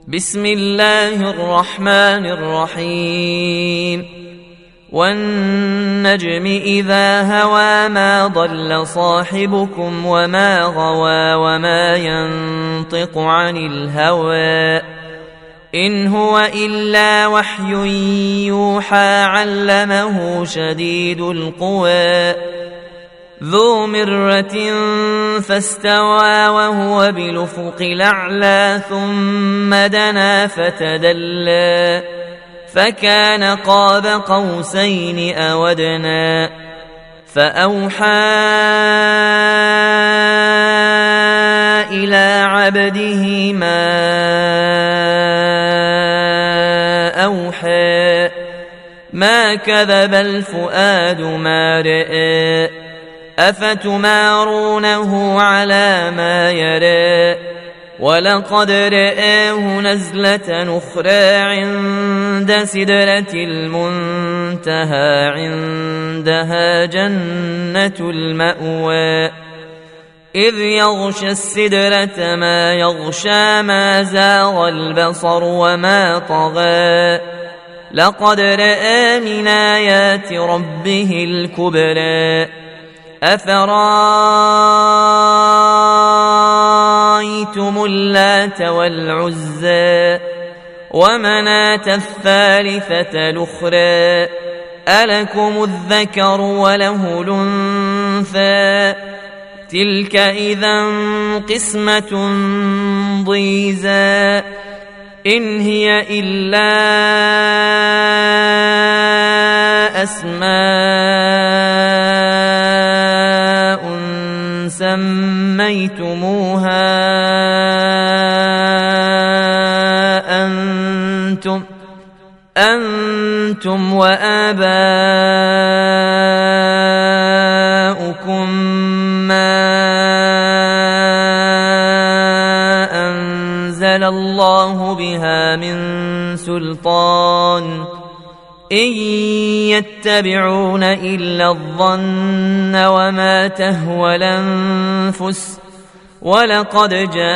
بسم الله الرحمن الرحيم والنجم إذا هوى ما ضل صاحبكم وما غوى وما ينطق عن الهوى إن هو إلا وحي يوحى علمه شديد القوى ذو مرة فاستوى وهو بالأفق الأعلى ثم دنا فتدلى فكان قاب قوسين أو أدنى فأوحى إلى عبده ما أوحى ما كذب الفؤاد ما رأى أفتمارونه على ما يرى ولقد رآه نزلة أخرى عند سدرة المنتهى عندها جنة المأوى إذ يغشى السدرة ما يغشى ما زاغ البصر وما طغى لقد رأى من آيات ربه الكبرى أفرأيتم اللات والعزى ومناة الثالثة الأخرى ألكم الذكر وله الأنثى تلك إذا قسمة ضيزى إن هي إلا أسماء سميتموها أنتم وآباؤكم ما أنزل الله بها من سلطان إن يتبعون إلا الظن وما تهوى الأنفس ولقد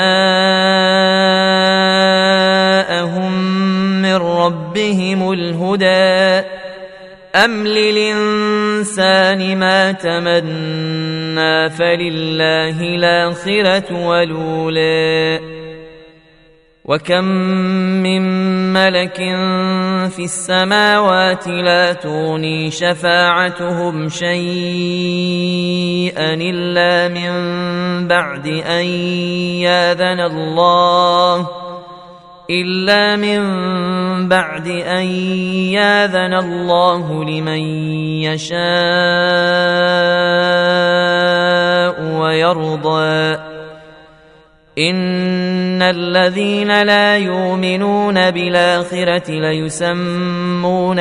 جاءهم من ربهم الهدى أم للإنسان ما تمنى فلله الآخرة والأولى وكم من ملك في السماوات لا تغني شفاعتهم شيئا إلا من بعد أن ياذن الله لمن يشاء ويرضى إن الذين لا يؤمنون بالآخرة ليسمون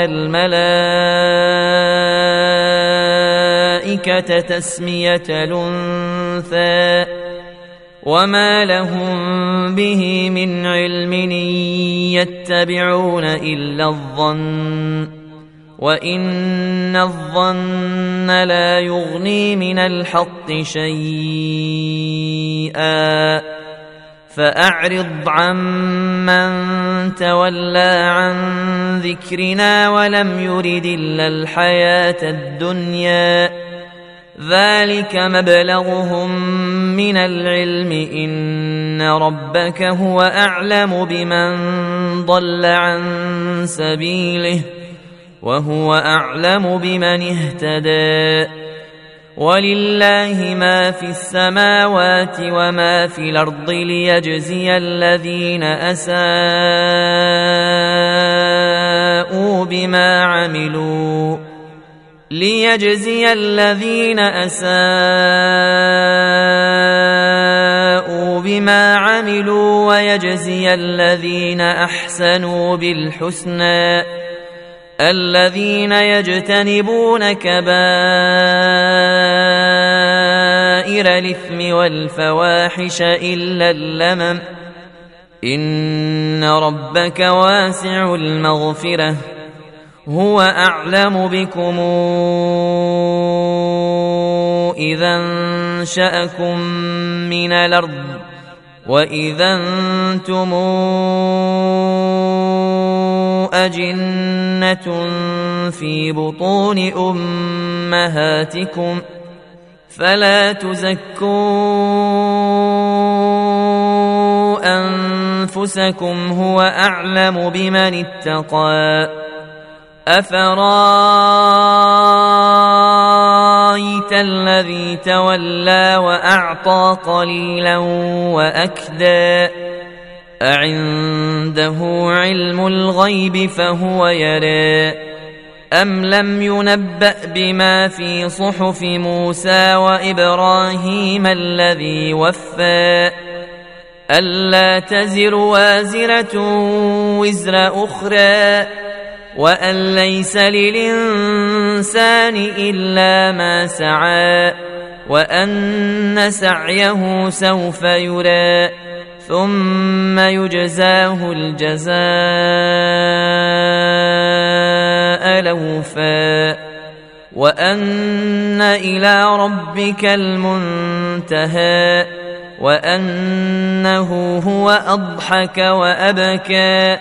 الملائكة تسمية الأنثى وما لهم به من علم يتبعون إلا الظن وإن الظن لا يغني من الحق شيئا فأعرض عمن تولى عن ذكرنا ولم يرد إلا الحياة الدنيا ذلك مبلغهم من العلم إن ربك هو أعلم بمن ضل عن سبيله وهو أعلم بمن اهتدى ولله ما في السماوات وما في الأرض ليجزي الذين أساءوا بما عملوا ويجزي الذين أحسنوا بالحسنى الذين يجتنبون كبائر الإثم والفواحش إلا اللمم إن ربك واسع المغفرة هو أعلم بكم إذا أنشأكم من الأرض وإذا أنتم أجنة في بطون أمهاتكم فلا تزكوا أنفسكم هو أعلم بمن اتقى أفرايت الذي تولى وأعطى قليلا وأكدى أعنده علم الغيب فهو يرى أم لم ينبأ بما في صحف موسى وإبراهيم الذي وفى ألا تزر وازرة وزر أخرى وأن ليس للإنسان إلا ما سعى وأن سعيه سوف يرى ثم يجزاه الجزاء الأوفى وأن إلى ربك المنتهى وأنه هو أضحك وأبكى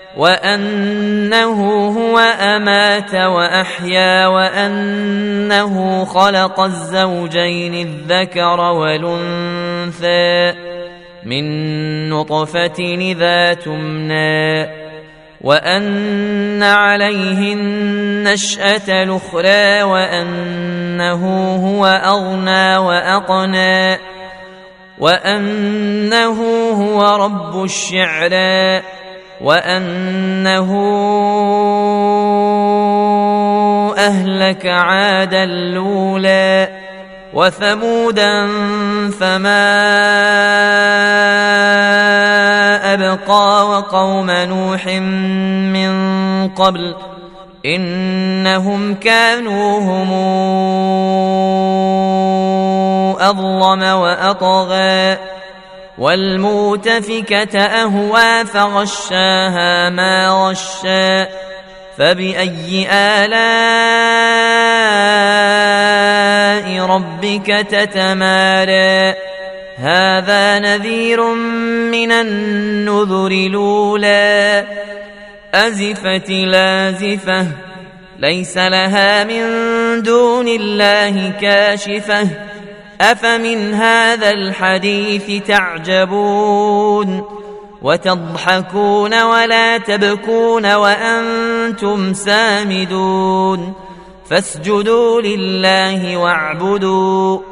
وأنه هو أمات وأحيا وأنه خلق الزوجين الذكر والأنثى من نطفة إذا تمنى وأن عليه النشأة الأخرى وأنه هو أغنى وأقنى وأنه هو رب الشعرى وأنه أهلك عادا الأولى وثمودا فما أبقى وقوم نوح من قبل إنهم كانوا هم أظلم وأطغى والمؤتفكة أهوى فغشاها ما غشى فبأي آلاء ربك تتمارى هذا نذير من النذر الأولى أزفت لازفة ليس لها من دون الله كاشفة أفمن هذا الحديث تعجبون وتضحكون ولا تبكون وأنتم سامدون فاسجدوا لله واعبدوا